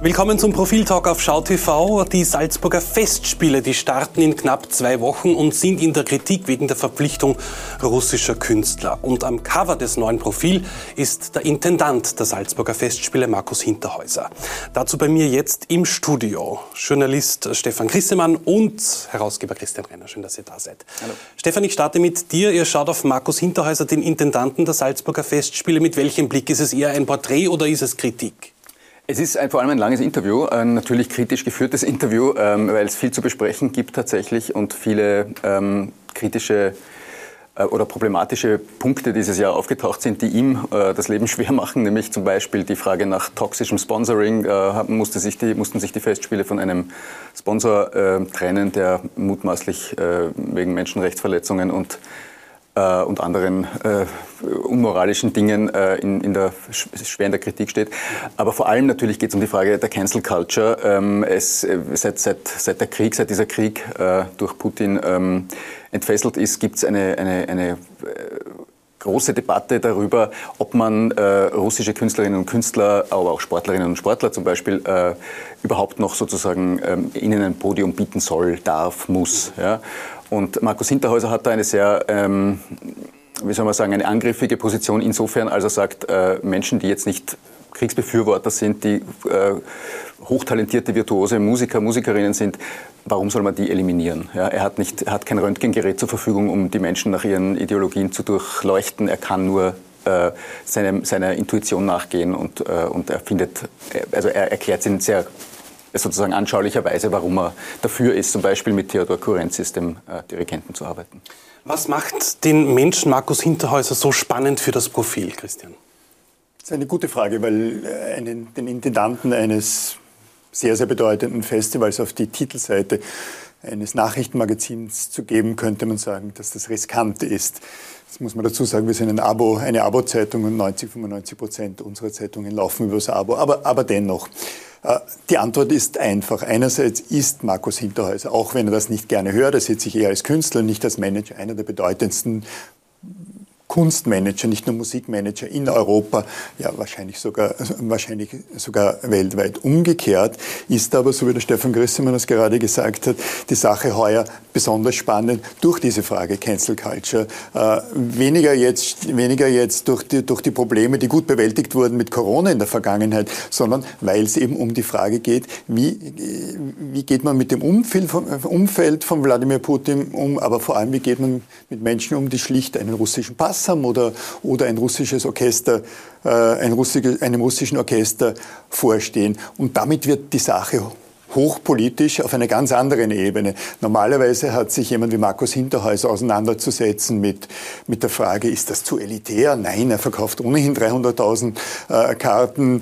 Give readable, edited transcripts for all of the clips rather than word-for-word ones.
Willkommen zum Profiltalk auf Schau TV. Die Salzburger Festspiele, die starten in knapp 2 Wochen und sind in der Kritik wegen der Verpflichtung russischer Künstler. Und am Cover des neuen Profil ist der Intendant der Salzburger Festspiele, Markus Hinterhäuser. Dazu bei mir jetzt im Studio Journalist Stefan Grissemann und Herausgeber Christian Renner. Schön, dass ihr da seid. Hallo. Stefan, ich starte mit dir. Ihr schaut auf Markus Hinterhäuser, den Intendanten der Salzburger Festspiele. Mit welchem Blick? Ist es eher ein Porträt oder ist es Kritik? Es ist vor allem ein langes Interview, ein natürlich kritisch geführtes Interview, weil es viel zu besprechen gibt tatsächlich und viele kritische oder problematische Punkte dieses Jahr aufgetaucht sind, die ihm das Leben schwer machen, nämlich zum Beispiel die Frage nach toxischem Sponsoring. Mussten sich die Festspiele von einem Sponsor trennen, der mutmaßlich wegen Menschenrechtsverletzungen und anderen unmoralischen Dingen schwer in der Kritik steht. Aber vor allem natürlich geht es um die Frage der Cancel Culture. Seit dieser Krieg durch Putin entfesselt ist, gibt es eine große Debatte darüber, ob man russische Künstlerinnen und Künstler, aber auch Sportlerinnen und Sportler zum Beispiel, überhaupt noch sozusagen ihnen ein Podium bieten soll, darf, muss. Ja? Und Markus Hinterhäuser hat da eine sehr, eine angriffige Position insofern, als er sagt, Menschen, die jetzt nicht Kriegsbefürworter sind, die hochtalentierte, virtuose Musiker, Musikerinnen sind, warum soll man die eliminieren? Ja, er hat kein Röntgengerät zur Verfügung, um die Menschen nach ihren Ideologien zu durchleuchten. Er kann nur seiner Intuition nachgehen und er erklärt es in sehr sozusagen anschaulicherweise, warum er dafür ist, zum Beispiel mit Theodor Kurentzis, dem Dirigenten, zu arbeiten. Was macht den Menschen Markus Hinterhäuser so spannend für das Profil, Christian? Das ist eine gute Frage, weil den Intendanten eines sehr, sehr bedeutenden Festivals auf die Titelseite eines Nachrichtenmagazins zu geben, könnte man sagen, dass das riskant ist. Das muss man dazu sagen, wir sind eine Abo-Zeitung und 95% unserer Zeitungen laufen über das Abo. Aber dennoch, die Antwort ist einfach. Einerseits ist Markus Hinterhäuser, auch wenn er das nicht gerne hört, er sieht sich eher als Künstler, nicht als Manager, einer der bedeutendsten Kunstmanager, nicht nur Musikmanager in Europa, ja wahrscheinlich sogar weltweit. Umgekehrt ist aber, so wie der Stefan Grissemann das gerade gesagt hat, die Sache heuer besonders spannend durch diese Frage Cancel Culture. Weniger jetzt durch die Probleme, die gut bewältigt wurden mit Corona in der Vergangenheit, sondern weil es eben um die Frage geht, wie geht man mit dem Umfeld von Wladimir Putin um, aber vor allem, wie geht man mit Menschen um, die schlicht einen russischen Pass haben oder ein russisches Orchester, einem russischen Orchester vorstehen. Und damit wird die Sache hochpolitisch auf einer ganz anderen Ebene. Normalerweise hat sich jemand wie Markus Hinterhäuser auseinanderzusetzen mit der Frage, ist das zu elitär? Nein, er verkauft ohnehin 300.000 Karten,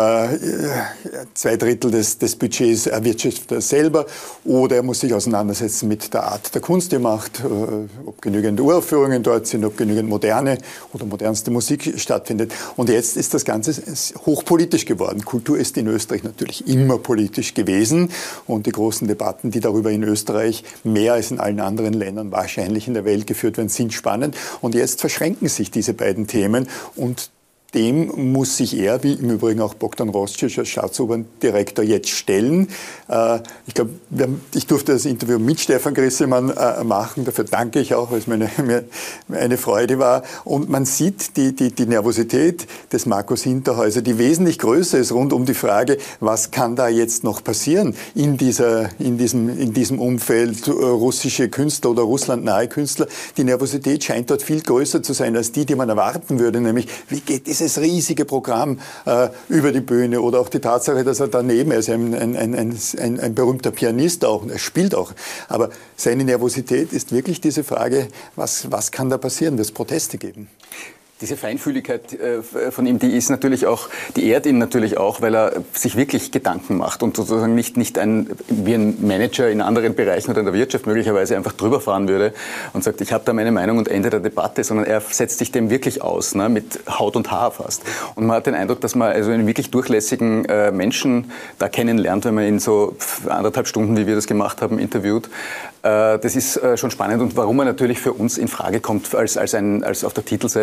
2/3 des Budgets erwirtschaftet er selber. Oder er muss sich auseinandersetzen mit der Art der Kunst, die er macht, ob genügend Uraufführungen dort sind, ob genügend moderne oder modernste Musik stattfindet. Und jetzt ist das Ganze hochpolitisch geworden. Kultur ist in Österreich natürlich immer politisch gewesen. Und die großen Debatten, die darüber in Österreich mehr als in allen anderen Ländern wahrscheinlich in der Welt geführt werden, sind spannend. Und jetzt verschränken sich diese beiden Themen und dem muss sich er, wie im Übrigen auch Bogdan Roscic als Staatsoperndirektor, jetzt stellen. Ich glaube, ich durfte das Interview mit Stefan Grissemann machen. Dafür danke ich auch, weil es mir eine Freude war. Und man sieht die Nervosität des Markus Hinterhäuser, die wesentlich größer ist rund um die Frage, was kann da jetzt noch passieren in diesem Umfeld russische Künstler oder russlandnahe Künstler. Die Nervosität scheint dort viel größer zu sein als die man erwarten würde, nämlich wie geht dieses riesige Programm über die Bühne oder auch die Tatsache, dass er daneben ist, ein berühmter Pianist auch, er spielt auch. Aber seine Nervosität ist wirklich diese Frage, was kann da passieren? Wird es Proteste geben? Diese Feinfühligkeit von ihm, die ehrt ihn natürlich auch, weil er sich wirklich Gedanken macht und sozusagen nicht wie ein Manager in anderen Bereichen oder in der Wirtschaft möglicherweise einfach drüber fahren würde und sagt, ich habe da meine Meinung und Ende der Debatte, sondern er setzt sich dem wirklich aus, ne, mit Haut und Haar fast. Und man hat den Eindruck, dass man also einen wirklich durchlässigen Menschen da kennenlernt, wenn man ihn so 1,5 Stunden, wie wir das gemacht haben, interviewt. Das ist schon spannend und warum er natürlich für uns in Frage kommt als auf der Titelseite des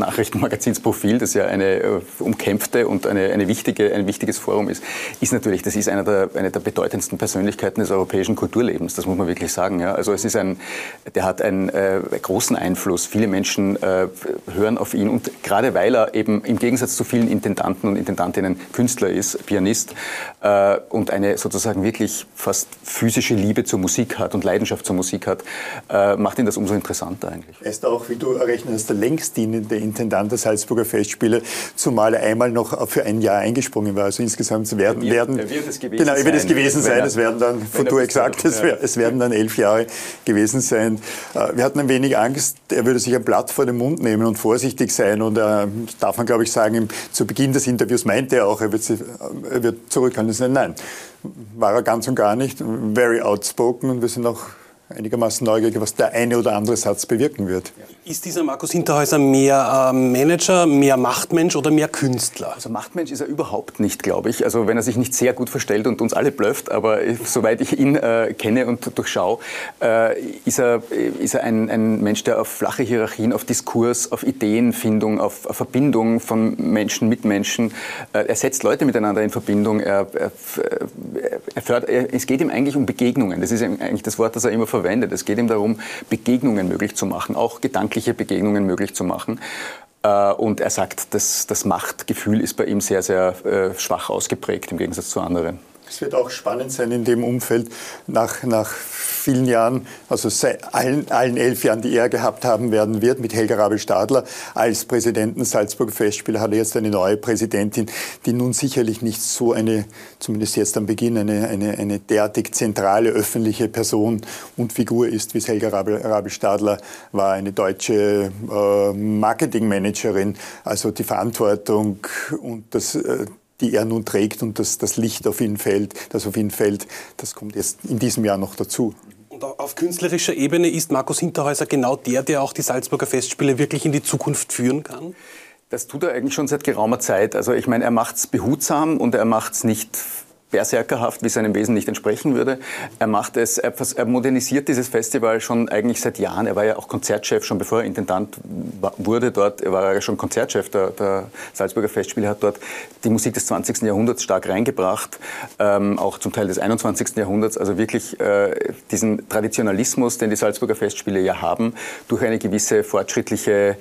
Nachrichtenmagazinsprofil, das ja eine umkämpfte und ein wichtiges Forum ist natürlich, das ist eine der bedeutendsten Persönlichkeiten des europäischen Kulturlebens, das muss man wirklich sagen. Ja. Also der hat einen großen Einfluss, viele Menschen hören auf ihn und gerade weil er eben im Gegensatz zu vielen Intendanten und Intendantinnen Künstler ist, Pianist und eine sozusagen wirklich fast physische Liebe zur Musik hat und Leidenschaft zur Musik hat, macht ihn das umso interessanter eigentlich. Er ist auch, wie du errechnet hast, der längst dienende Intendant der Salzburger Festspiele, zumal er einmal noch für ein Jahr eingesprungen war. Also insgesamt es werden dann 11 Jahre gewesen sein. Wir hatten ein wenig Angst, er würde sich ein Blatt vor den Mund nehmen und vorsichtig sein. Und darf man, glaube ich, sagen, zu Beginn des Interviews meinte er auch, er wird zurückhaltend sein. Nein, war er ganz und gar nicht. Very outspoken und wir sind auch einigermaßen neugierig, was der eine oder andere Satz bewirken wird. Ist dieser Markus Hinterhäuser mehr Manager, mehr Machtmensch oder mehr Künstler? Also Machtmensch ist er überhaupt nicht, glaube ich. Also wenn er sich nicht sehr gut verstellt und uns alle blöfft, aber soweit ich ihn kenne und durchschaue, ist er ein Mensch, der auf flache Hierarchien, auf Diskurs, auf Ideenfindung, auf Verbindung von Menschen mit Menschen, er setzt Leute miteinander in Verbindung, es geht ihm eigentlich um Begegnungen. Das ist eigentlich das Wort, das er immer verwendet. Es geht ihm darum, Begegnungen möglich zu machen, auch gedankliche Begegnungen möglich zu machen. Und er sagt, das Machtgefühl ist bei ihm sehr, sehr schwach ausgeprägt im Gegensatz zu anderen. Es wird auch spannend sein in dem Umfeld nach vielen Jahren, also allen 11 Jahren, die er gehabt haben wird, mit Helga Rabel-Stadler als Präsidenten der Salzburger Festspiele, hat er jetzt eine neue Präsidentin, die nun sicherlich nicht so zumindest jetzt am Beginn, eine derartig zentrale öffentliche Person und Figur ist, wie es Helga Rabel-Stadler war, eine deutsche Marketingmanagerin, also die Verantwortung und die er nun trägt und das Licht auf ihn fällt, das kommt jetzt in diesem Jahr noch dazu. Und auf künstlerischer Ebene ist Markus Hinterhäuser genau der auch die Salzburger Festspiele wirklich in die Zukunft führen kann? Das tut er eigentlich schon seit geraumer Zeit. Also ich meine, er macht es behutsam und er macht es nicht berserkerhaft, wie seinem Wesen nicht entsprechen würde. Er modernisiert dieses Festival schon eigentlich seit Jahren. Er war ja auch Konzertchef, schon bevor er Intendant wurde dort. Er war ja schon Konzertchef der Salzburger Festspiele, hat dort die Musik des 20. Jahrhunderts stark reingebracht, auch zum Teil des 21. Jahrhunderts. Also wirklich diesen Traditionalismus, den die Salzburger Festspiele ja haben, durch eine gewisse fortschrittliche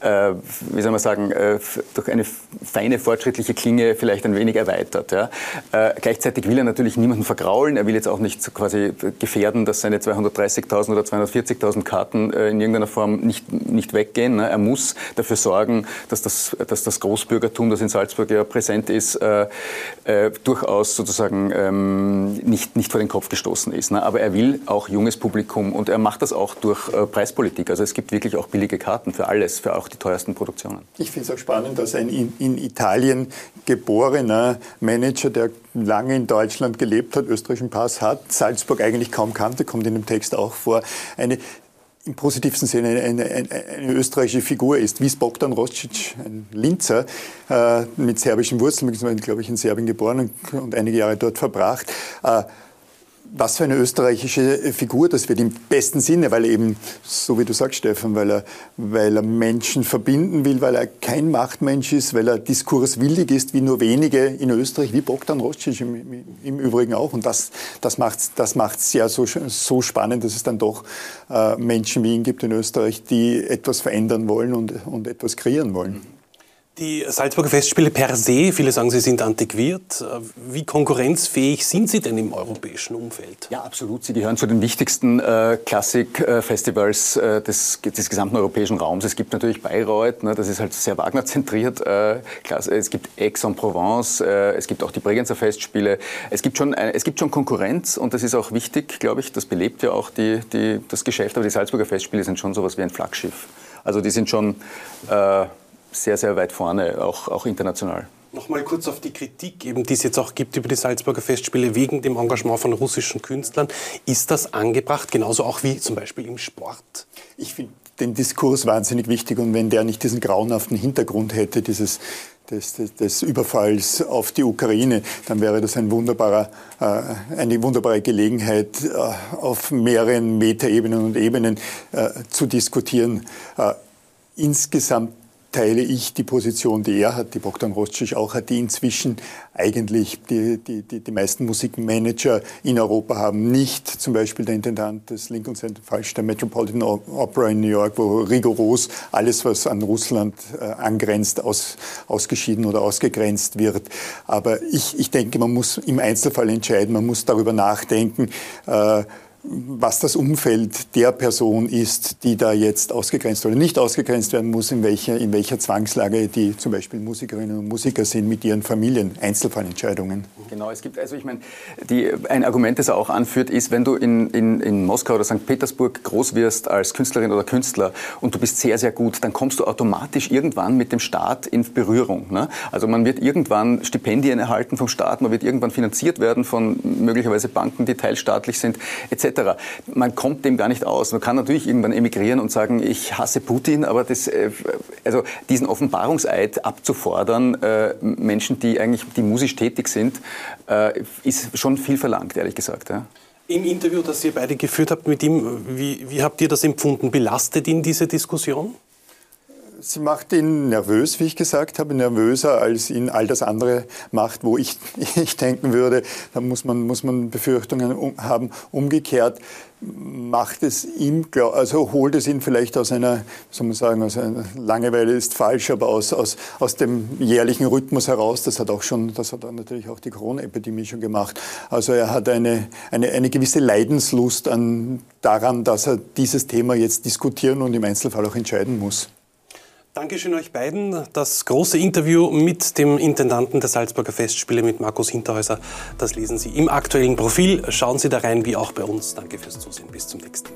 durch eine feine, fortschrittliche Klinge vielleicht ein wenig erweitert. Ja. Gleichzeitig will er natürlich niemanden vergraulen. Er will jetzt auch nicht quasi gefährden, dass seine 230.000 oder 240.000 Karten in irgendeiner Form nicht weggehen. Ne. Er muss dafür sorgen, dass das Großbürgertum, das in Salzburg ja präsent ist, durchaus sozusagen nicht vor den Kopf gestoßen ist. Ne. Aber er will auch junges Publikum und er macht das auch durch Preispolitik. Also es gibt wirklich auch billige Karten für alles, für auch die teuersten Produktionen. Ich finde es auch spannend, dass ein in Italien geborener Manager, der lange in Deutschland gelebt hat, österreichischen Pass hat, Salzburg eigentlich kaum kannte, kommt in dem Text auch vor, im positivsten Sinne eine österreichische Figur ist, wie Bogdan Roscic, ein Linzer mit serbischen Wurzeln, glaube ich in Serbien geboren und einige Jahre dort verbracht. Was für eine österreichische Figur das wird, im besten Sinne, weil er eben, so wie du sagst, Stefan, weil er Menschen verbinden will, weil er kein Machtmensch ist, weil er diskurswillig ist, wie nur wenige in Österreich, wie Bogdan Roscic im Übrigen auch. Und das macht's ja so spannend, dass es dann doch Menschen wie ihn gibt in Österreich, die etwas verändern wollen und etwas kreieren wollen. Die Salzburger Festspiele per se, viele sagen, sie sind antiquiert. Wie konkurrenzfähig sind sie denn im europäischen Umfeld? Ja, absolut. Sie gehören zu den wichtigsten Klassikfestivals des gesamten europäischen Raums. Es gibt natürlich Bayreuth, ne, das ist halt sehr Wagner-zentriert. Es gibt Aix-en-Provence, es gibt auch die Bregenzer Festspiele. Es gibt schon Konkurrenz und das ist auch wichtig, glaube ich. Das belebt ja auch das Geschäft. Aber die Salzburger Festspiele sind schon sowas wie ein Flaggschiff. Also die sind schon sehr, sehr weit vorne, auch international. Nochmal kurz auf die Kritik, eben, die es jetzt auch gibt über die Salzburger Festspiele wegen dem Engagement von russischen Künstlern. Ist das angebracht, genauso auch wie zum Beispiel im Sport? Ich finde den Diskurs wahnsinnig wichtig und wenn der nicht diesen grauenhaften Hintergrund hätte, des Überfalls auf die Ukraine, dann wäre das eine wunderbare Gelegenheit, auf mehreren Metaebenen und Ebenen zu diskutieren. Insgesamt teile ich die Position, die er hat, die Bogdan Rostic auch hat, die inzwischen eigentlich die meisten Musikmanager in Europa haben. Nicht zum Beispiel der Intendant des Lincoln Center, falsch, der Metropolitan Opera in New York, wo rigoros alles, was an Russland angrenzt, ausgeschieden oder ausgegrenzt wird. Aber ich denke, man muss im Einzelfall entscheiden, man muss darüber nachdenken, was das Umfeld der Person ist, die da jetzt ausgegrenzt oder nicht ausgegrenzt werden muss, in welcher Zwangslage die zum Beispiel Musikerinnen und Musiker sind mit ihren Familien, Einzelfallentscheidungen. Genau, es gibt, also ich meine, ein Argument, das er auch anführt, ist, wenn du in Moskau oder St. Petersburg groß wirst als Künstlerin oder Künstler und du bist sehr, sehr gut, dann kommst du automatisch irgendwann mit dem Staat in Berührung. Ne? Also man wird irgendwann Stipendien erhalten vom Staat, man wird irgendwann finanziert werden von möglicherweise Banken, die teilstaatlich sind, etc. Man kommt dem gar nicht aus. Man kann natürlich irgendwann emigrieren und sagen, ich hasse Putin, aber also diesen Offenbarungseid abzufordern, Menschen, die eigentlich musisch tätig sind, ist schon viel verlangt, ehrlich gesagt. Ja. Im Interview, das ihr beide geführt habt mit ihm, wie habt ihr das empfunden? Belastet ihn diese Diskussion? Sie macht ihn nervös, wie ich gesagt habe, nervöser, als ihn all das andere macht, wo ich denken würde, da muss man Befürchtungen haben. Umgekehrt macht es ihm, also holt es ihn vielleicht aus einer, soll man sagen, aus einer Langeweile ist falsch, aber aus dem jährlichen Rhythmus heraus. Das hat dann natürlich auch die Corona-Epidemie schon gemacht. Also er hat eine gewisse Leidenslust daran, dass er dieses Thema jetzt diskutieren und im Einzelfall auch entscheiden muss. Dankeschön euch beiden. Das große Interview mit dem Intendanten der Salzburger Festspiele, mit Markus Hinterhäuser, das lesen Sie im aktuellen Profil. Schauen Sie da rein, wie auch bei uns. Danke fürs Zusehen. Bis zum nächsten Mal.